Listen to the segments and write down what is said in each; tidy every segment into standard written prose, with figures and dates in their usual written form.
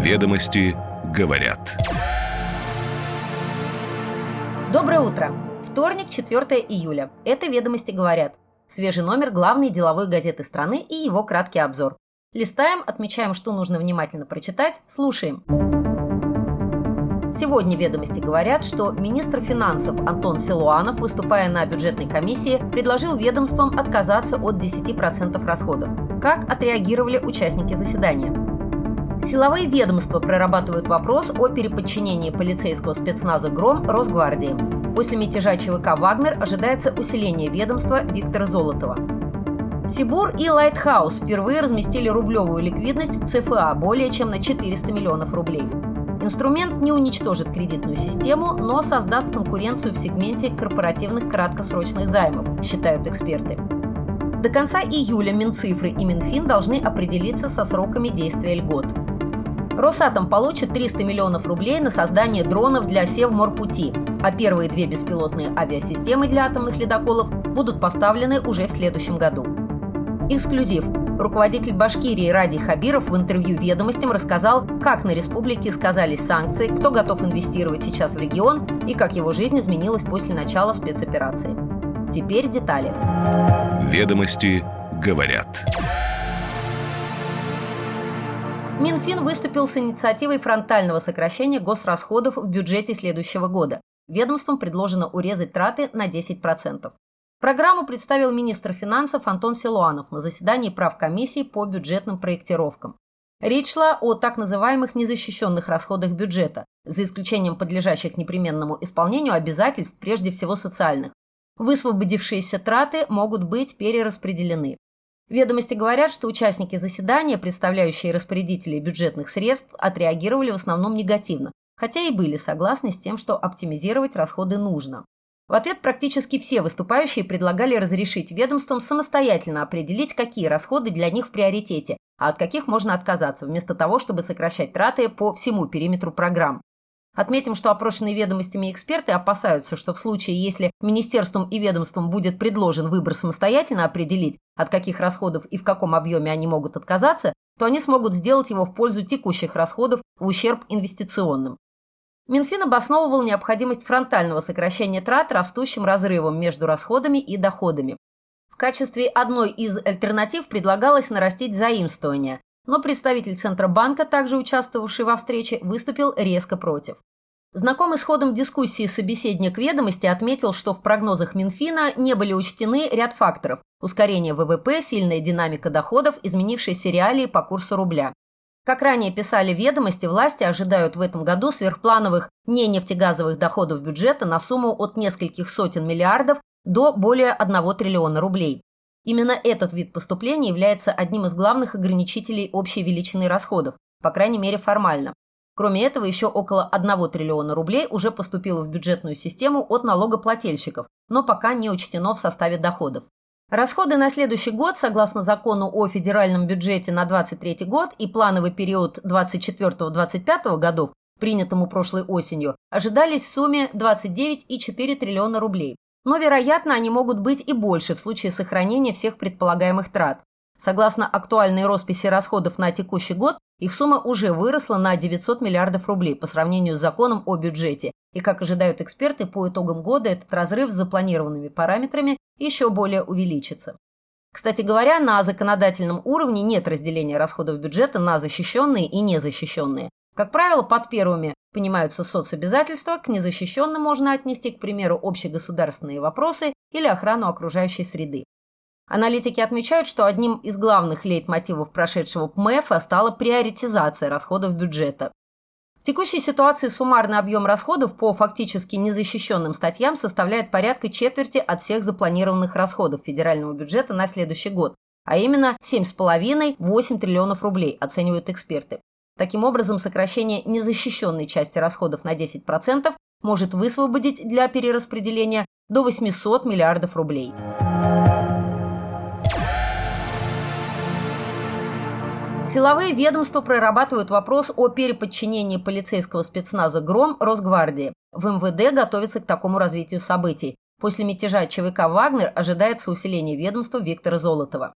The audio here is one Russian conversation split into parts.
Ведомости говорят. Доброе утро! Вторник, 4 июля. Это «Ведомости говорят». Свежий номер главной деловой газеты страны и его краткий обзор. Листаем, отмечаем, что нужно внимательно прочитать, слушаем. Сегодня «Ведомости говорят», что министр финансов Антон Силуанов, выступая на бюджетной комиссии, предложил ведомствам отказаться от 10% расходов. Как отреагировали участники заседания? Силовые ведомства прорабатывают вопрос о переподчинении полицейского спецназа «Гром» Росгвардии. После мятежа ЧВК «Вагнер» ожидается усиление ведомства Виктора Золотова. Сибур и Лайтхаус впервые разместили рублевую ликвидность в ЦФА более чем на 400 миллионов рублей. Инструмент не уничтожит кредитную систему, но создаст конкуренцию в сегменте корпоративных краткосрочных займов, считают эксперты. До конца июля Минцифры и Минфин должны определиться со сроками действия льгот. Росатом получит 300 миллионов рублей на создание дронов для Севморпути, а первые 2 беспилотные авиасистемы для атомных ледоколов будут поставлены уже в следующем году. Эксклюзив. Руководитель Башкирии Радий Хабиров в интервью «Ведомостям» рассказал, как на республике сказались санкции, кто готов инвестировать сейчас в регион и как его жизнь изменилась после начала спецоперации. Теперь детали. Ведомости говорят. Минфин выступил с инициативой фронтального сокращения госрасходов в бюджете следующего года. Ведомствам предложено урезать траты на 10%. Программу представил министр финансов Антон Силуанов на заседании правкомиссии по бюджетным проектировкам. Речь шла о так называемых незащищенных расходах бюджета, за исключением подлежащих непременному исполнению обязательств, прежде всего социальных. Высвободившиеся траты могут быть перераспределены. Ведомости говорят, что участники заседания, представляющие распорядителей бюджетных средств, отреагировали в основном негативно, хотя и были согласны с тем, что оптимизировать расходы нужно. В ответ практически все выступающие предлагали разрешить ведомствам самостоятельно определить, какие расходы для них в приоритете, а от каких можно отказаться, вместо того, чтобы сокращать траты по всему периметру программ. Отметим, что опрошенные ведомостями эксперты опасаются, что в случае, если министерствам и ведомствам будет предложен выбор самостоятельно определить, от каких расходов и в каком объеме они могут отказаться, то они смогут сделать его в пользу текущих расходов в ущерб инвестиционным. Минфин обосновывал необходимость фронтального сокращения трат растущим разрывом между расходами и доходами. В качестве одной из альтернатив предлагалось нарастить заимствования, но представитель Центробанка, также участвовавший во встрече, выступил резко против. Знакомый с ходом дискуссии собеседник «Ведомости» отметил, что в прогнозах Минфина не были учтены ряд факторов – ускорение ВВП, сильная динамика доходов, изменившиеся реалии по курсу рубля. Как ранее писали «Ведомости», власти ожидают в этом году сверхплановых ненефтегазовых доходов бюджета на сумму от нескольких сотен миллиардов до более 1 триллиона рублей. Именно этот вид поступления является одним из главных ограничителей общей величины расходов, по крайней мере формально. Кроме этого, еще около 1 триллиона рублей уже поступило в бюджетную систему от налогоплательщиков, но пока не учтено в составе доходов. Расходы на следующий год, согласно закону о федеральном бюджете на 2023 год и плановый период 2024-2025 годов, принятому прошлой осенью, ожидались в сумме 29,4 триллиона рублей. Но, вероятно, они могут быть и больше в случае сохранения всех предполагаемых трат. Согласно актуальной росписи расходов на текущий год, их сумма уже выросла на 900 миллиардов рублей по сравнению с законом о бюджете. И, как ожидают эксперты, по итогам года этот разрыв с запланированными параметрами еще более увеличится. Кстати говоря, на законодательном уровне нет разделения расходов бюджета на защищенные и незащищенные. Как правило, под первыми понимаются соцобязательства, к незащищенным можно отнести, к примеру, общегосударственные вопросы или охрану окружающей среды. Аналитики отмечают, что одним из главных лейтмотивов прошедшего ПМЭФа стала приоритизация расходов бюджета. В текущей ситуации суммарный объем расходов по фактически незащищенным статьям составляет порядка четверти от всех запланированных расходов федерального бюджета на следующий год, а именно 7,5–8 триллионов рублей, оценивают эксперты. Таким образом, сокращение незащищенной части расходов на 10% может высвободить для перераспределения до 800 миллиардов рублей. Силовые ведомства прорабатывают вопрос о переподчинении полицейского спецназа «Гром» Росгвардии. В МВД готовится к такому развитию событий. После мятежа ЧВК «Вагнер» ожидается усиление ведомства Виктора Золотова.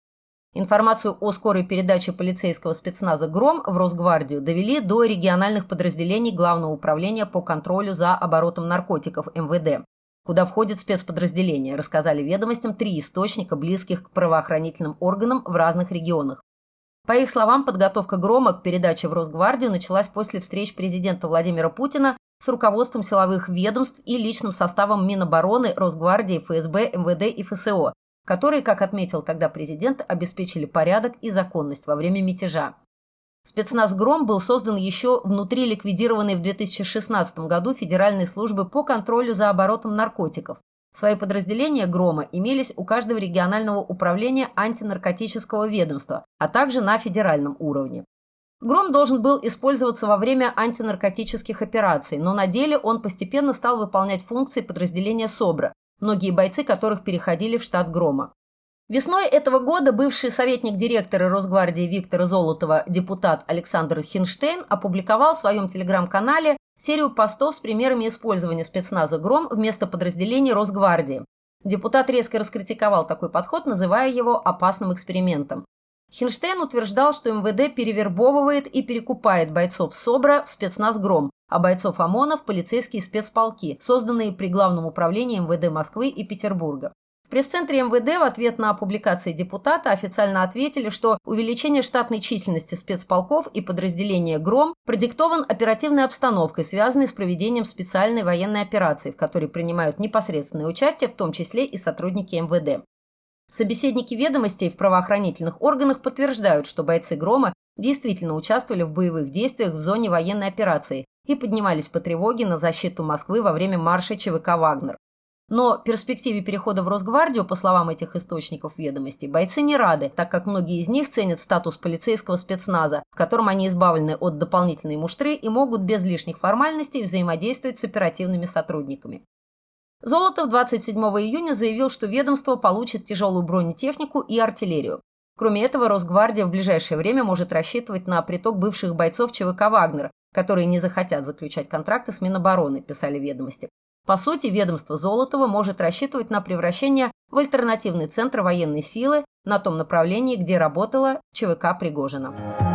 Информацию о скорой передаче полицейского спецназа «Гром» в Росгвардию довели до региональных подразделений Главного управления по контролю за оборотом наркотиков МВД, куда входит спецподразделение, рассказали «Ведомостям» 3 источника, близких к правоохранительным органам в разных регионах. По их словам, подготовка «Грома» к передаче в Росгвардию началась после встреч президента Владимира Путина с руководством силовых ведомств и личным составом Минобороны, Росгвардии, ФСБ, МВД и ФСО, которые, как отметил тогда президент, обеспечили порядок и законность во время мятежа. Спецназ «Гром» был создан еще внутри ликвидированной в 2016 году Федеральной службы по контролю за оборотом наркотиков. Свои подразделения «Грома» имелись у каждого регионального управления антинаркотического ведомства, а также на федеральном уровне. «Гром» должен был использоваться во время антинаркотических операций, но на деле он постепенно стал выполнять функции подразделения СОБРа, многие бойцы которых переходили в штат «Грома». Весной этого года бывший советник директора Росгвардии Виктора Золотова, депутат Александр Хинштейн, опубликовал в своем телеграм-канале серию постов с примерами использования спецназа «Гром» вместо подразделений Росгвардии. Депутат резко раскритиковал такой подход, называя его опасным экспериментом. Хинштейн утверждал, что МВД перевербовывает и перекупает бойцов СОБРа в спецназ «Гром», а бойцов ОМОНа в полицейские спецполки, созданные при Главном управлении МВД Москвы и Петербурга. В пресс-центре МВД в ответ на публикации депутата официально ответили, что увеличение штатной численности спецполков и подразделения «Гром» продиктован оперативной обстановкой, связанной с проведением специальной военной операции, в которой принимают непосредственное участие, в том числе и сотрудники МВД. Собеседники «Ведомостей» в правоохранительных органах подтверждают, что бойцы «Грома» действительно участвовали в боевых действиях в зоне военной операции и поднимались по тревоге на защиту Москвы во время марша ЧВК «Вагнер». Но перспективе перехода в Росгвардию, по словам этих источников «Ведомостей», бойцы не рады, так как многие из них ценят статус полицейского спецназа, в котором они избавлены от дополнительной муштры и могут без лишних формальностей взаимодействовать с оперативными сотрудниками. Золотов 27 июня заявил, что ведомство получит тяжелую бронетехнику и артиллерию. Кроме этого, Росгвардия в ближайшее время может рассчитывать на приток бывших бойцов ЧВК «Вагнер», которые не захотят заключать контракты с Минобороны, писали «Ведомости». По сути, ведомство Золотова может рассчитывать на превращение в альтернативный центр военной силы на том направлении, где работала ЧВК Пригожина.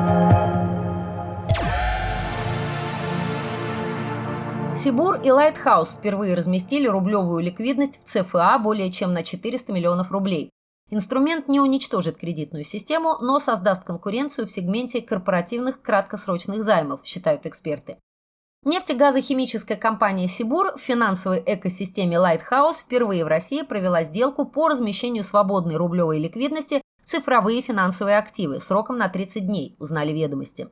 Сибур и Лайтхаус впервые разместили рублевую ликвидность в ЦФА более чем на 400 миллионов рублей. Инструмент не уничтожит кредитную систему, но создаст конкуренцию в сегменте корпоративных краткосрочных займов, считают эксперты. Нефтегазохимическая компания «Сибур» в финансовой экосистеме Lighthouse впервые в России провела сделку по размещению свободной рублевой ликвидности в цифровые финансовые активы сроком на 30 дней, узнали «Ведомости».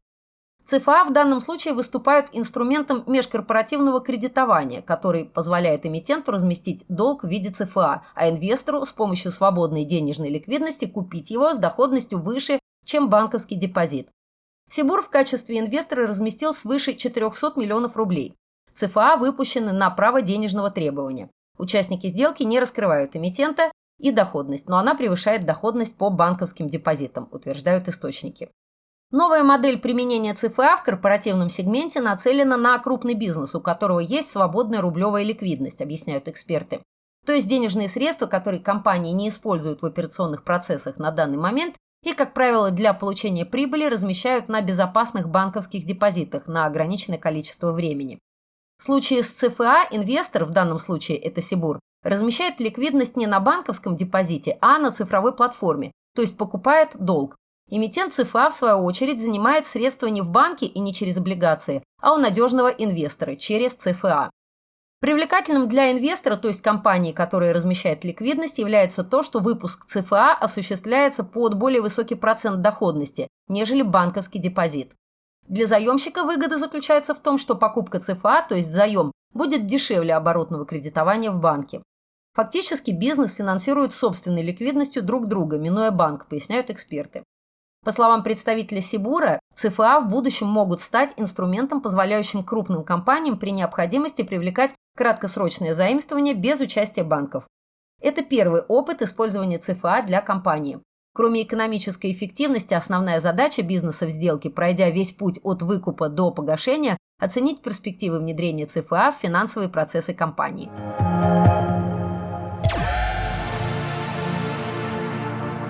ЦФА в данном случае выступают инструментом межкорпоративного кредитования, который позволяет эмитенту разместить долг в виде ЦФА, а инвестору с помощью свободной денежной ликвидности купить его с доходностью выше, чем банковский депозит. Сибур в качестве инвестора разместил свыше 400 миллионов рублей. ЦФА выпущены на право денежного требования. Участники сделки не раскрывают эмитента и доходность, но она превышает доходность по банковским депозитам, утверждают источники. Новая модель применения ЦФА в корпоративном сегменте нацелена на крупный бизнес, у которого есть свободная рублевая ликвидность, объясняют эксперты. То есть денежные средства, которые компании не используют в операционных процессах на данный момент, и, как правило, для получения прибыли размещают на безопасных банковских депозитах на ограниченное количество времени. В случае с ЦФА инвестор, в данном случае это Сибур, размещает ликвидность не на банковском депозите, а на цифровой платформе, то есть покупает долг. Эмитент ЦФА, в свою очередь, занимает средства не в банке и не через облигации, а у надежного инвестора через ЦФА. Привлекательным для инвестора, то есть компании, которая размещает ликвидность, является то, что выпуск ЦФА осуществляется под более высокий процент доходности, нежели банковский депозит. Для заемщика выгода заключается в том, что покупка ЦФА, то есть заем, будет дешевле оборотного кредитования в банке. Фактически бизнес финансирует собственной ликвидностью друг друга, минуя банк, поясняют эксперты. По словам представителя Сибура, ЦФА в будущем могут стать инструментом, позволяющим крупным компаниям при необходимости привлекать краткосрочное заимствование без участия банков. Это первый опыт использования ЦФА для компании. Кроме экономической эффективности, основная задача бизнеса в сделке, пройдя весь путь от выкупа до погашения, оценить перспективы внедрения ЦФА в финансовые процессы компании.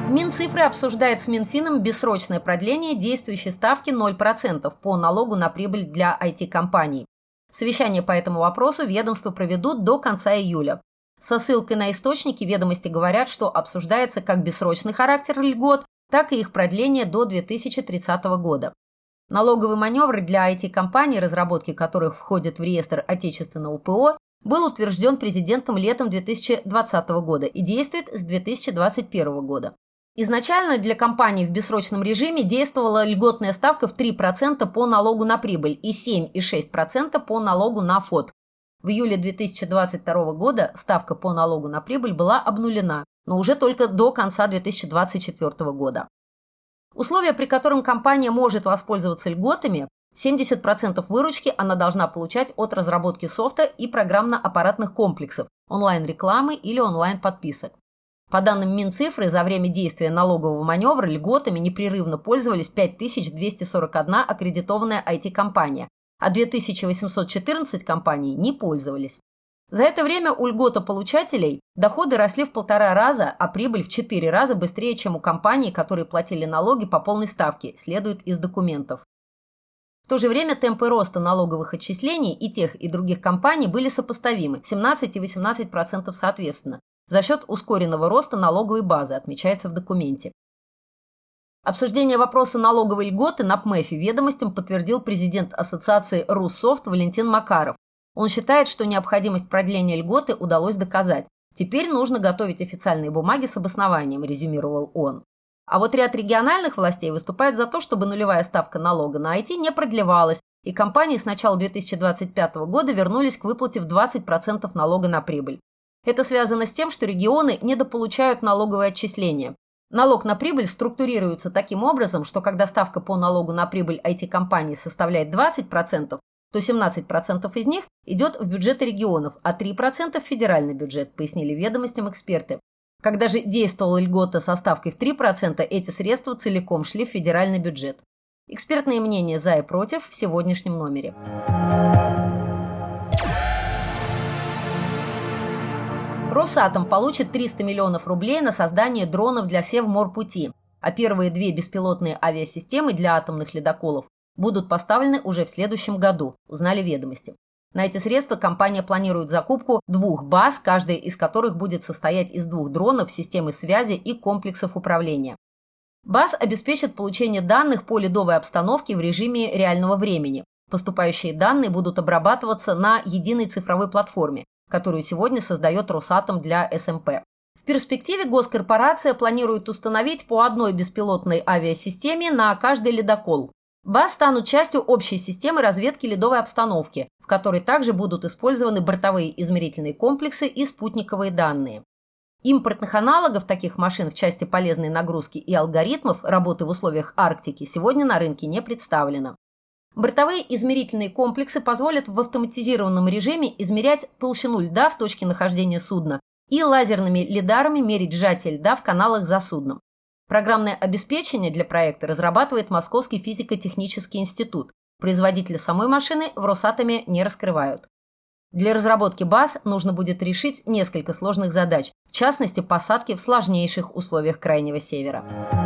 Минцифры обсуждает с Минфином бессрочное продление действующей ставки 0% по налогу на прибыль для IT-компаний. Совещание по этому вопросу ведомства проведут до конца июля. Со ссылкой на источники ведомости говорят, что обсуждается как бессрочный характер льгот, так и их продление до 2030 года. Налоговый маневр для IT-компаний, разработки которых входят в реестр отечественного ПО, был утвержден президентом летом 2020 года и действует с 2021 года. Изначально для компаний в бессрочном режиме действовала льготная ставка в 3% по налогу на прибыль и 7,6% по налогу на ФОТ. В июле 2022 года ставка по налогу на прибыль была обнулена, но уже только до конца 2024 года. Условия, при котором компания может воспользоваться льготами: 70% выручки она должна получать от разработки софта и программно-аппаратных комплексов, онлайн-рекламы или онлайн-подписок. По данным Минцифры, за время действия налогового маневра льготами непрерывно пользовались 5241 аккредитованная IT-компания, а 2814 компаний не пользовались. За это время у льготополучателей доходы росли в 1,5 раза, а прибыль в 4 раза быстрее, чем у компаний, которые платили налоги по полной ставке, следует из документов. В то же время темпы роста налоговых отчислений и тех, и других компаний были сопоставимы – 17 и 18% соответственно, за счет ускоренного роста налоговой базы, отмечается в документе. Обсуждение вопроса налоговой льготы на ПМЭФе ведомостям подтвердил президент Ассоциации Руссофт Валентин Макаров. Он считает, что необходимость продления льготы удалось доказать. Теперь нужно готовить официальные бумаги с обоснованием, резюмировал он. А вот ряд региональных властей выступают за то, чтобы нулевая ставка налога на IT не продлевалась, и компании с начала 2025 года вернулись к выплате в 20% налога на прибыль. Это связано с тем, что регионы недополучают налоговые отчисления. Налог на прибыль структурируется таким образом, что когда ставка по налогу на прибыль IT-компаний составляет 20%, то 17% из них идет в бюджеты регионов, а 3% в федеральный бюджет, пояснили ведомостям эксперты. Когда же действовала льгота со ставкой в 3%, эти средства целиком шли в федеральный бюджет. Экспертные мнения за и против в сегодняшнем номере. Росатом получит 300 миллионов рублей на создание дронов для Севморпути, а первые 2 беспилотные авиасистемы для атомных ледоколов будут поставлены уже в следующем году, узнали ведомости. На эти средства компания планирует закупку 2 баз, каждая из которых будет состоять из 2 дронов, системы связи и комплексов управления. БАЗ обеспечит получение данных по ледовой обстановке в режиме реального времени. Поступающие данные будут обрабатываться на единой цифровой платформе, которую сегодня создает Росатом для СМП. В перспективе госкорпорация планирует установить по 1 беспилотной авиасистеме на каждый ледокол. БАЗ станут частью общей системы разведки ледовой обстановки, в которой также будут использованы бортовые измерительные комплексы и спутниковые данные. Импортных аналогов таких машин в части полезной нагрузки и алгоритмов работы в условиях Арктики сегодня на рынке не представлено. Бортовые измерительные комплексы позволят в автоматизированном режиме измерять толщину льда в точке нахождения судна и лазерными лидарами мерить сжатие льда в каналах за судном. Программное обеспечение для проекта разрабатывает Московский физико-технический институт. Производители самой машины в Росатоме не раскрывают. Для разработки баз нужно будет решить несколько сложных задач, в частности, посадки в сложнейших условиях Крайнего Севера.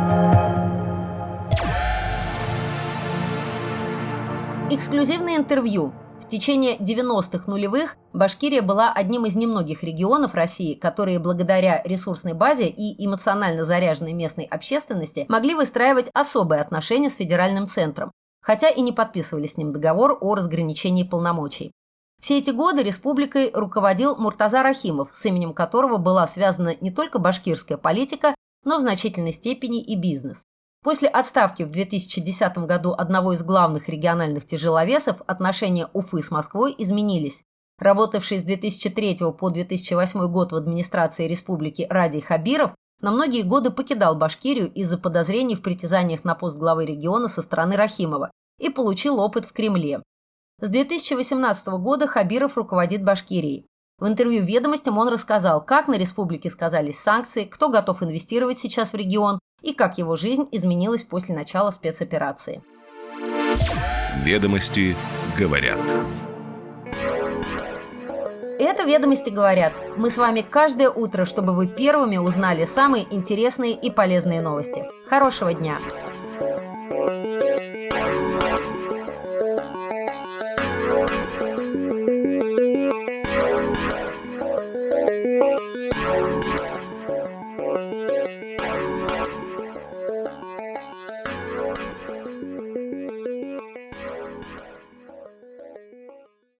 Эксклюзивное интервью. В течение 90-х нулевых Башкирия была одним из немногих регионов России, которые благодаря ресурсной базе и эмоционально заряженной местной общественности могли выстраивать особые отношения с федеральным центром, хотя и не подписывали с ним договор о разграничении полномочий. Все эти годы республикой руководил Муртаза Рахимов, с именем которого была связана не только башкирская политика, но в значительной степени и бизнес. После отставки в 2010 году одного из главных региональных тяжеловесов отношения Уфы с Москвой изменились. Работавший с 2003 по 2008 год в администрации республики Радий Хабиров на многие годы покидал Башкирию из-за подозрений в притязаниях на пост главы региона со стороны Рахимова и получил опыт в Кремле. С 2018 года Хабиров руководит Башкирией. В интервью «Ведомостям» он рассказал, как на республике сказались санкции, кто готов инвестировать сейчас в регион и как его жизнь изменилась после начала спецоперации. Ведомости говорят. Это «Ведомости говорят». Мы с вами каждое утро, чтобы вы первыми узнали самые интересные и полезные новости. Хорошего дня!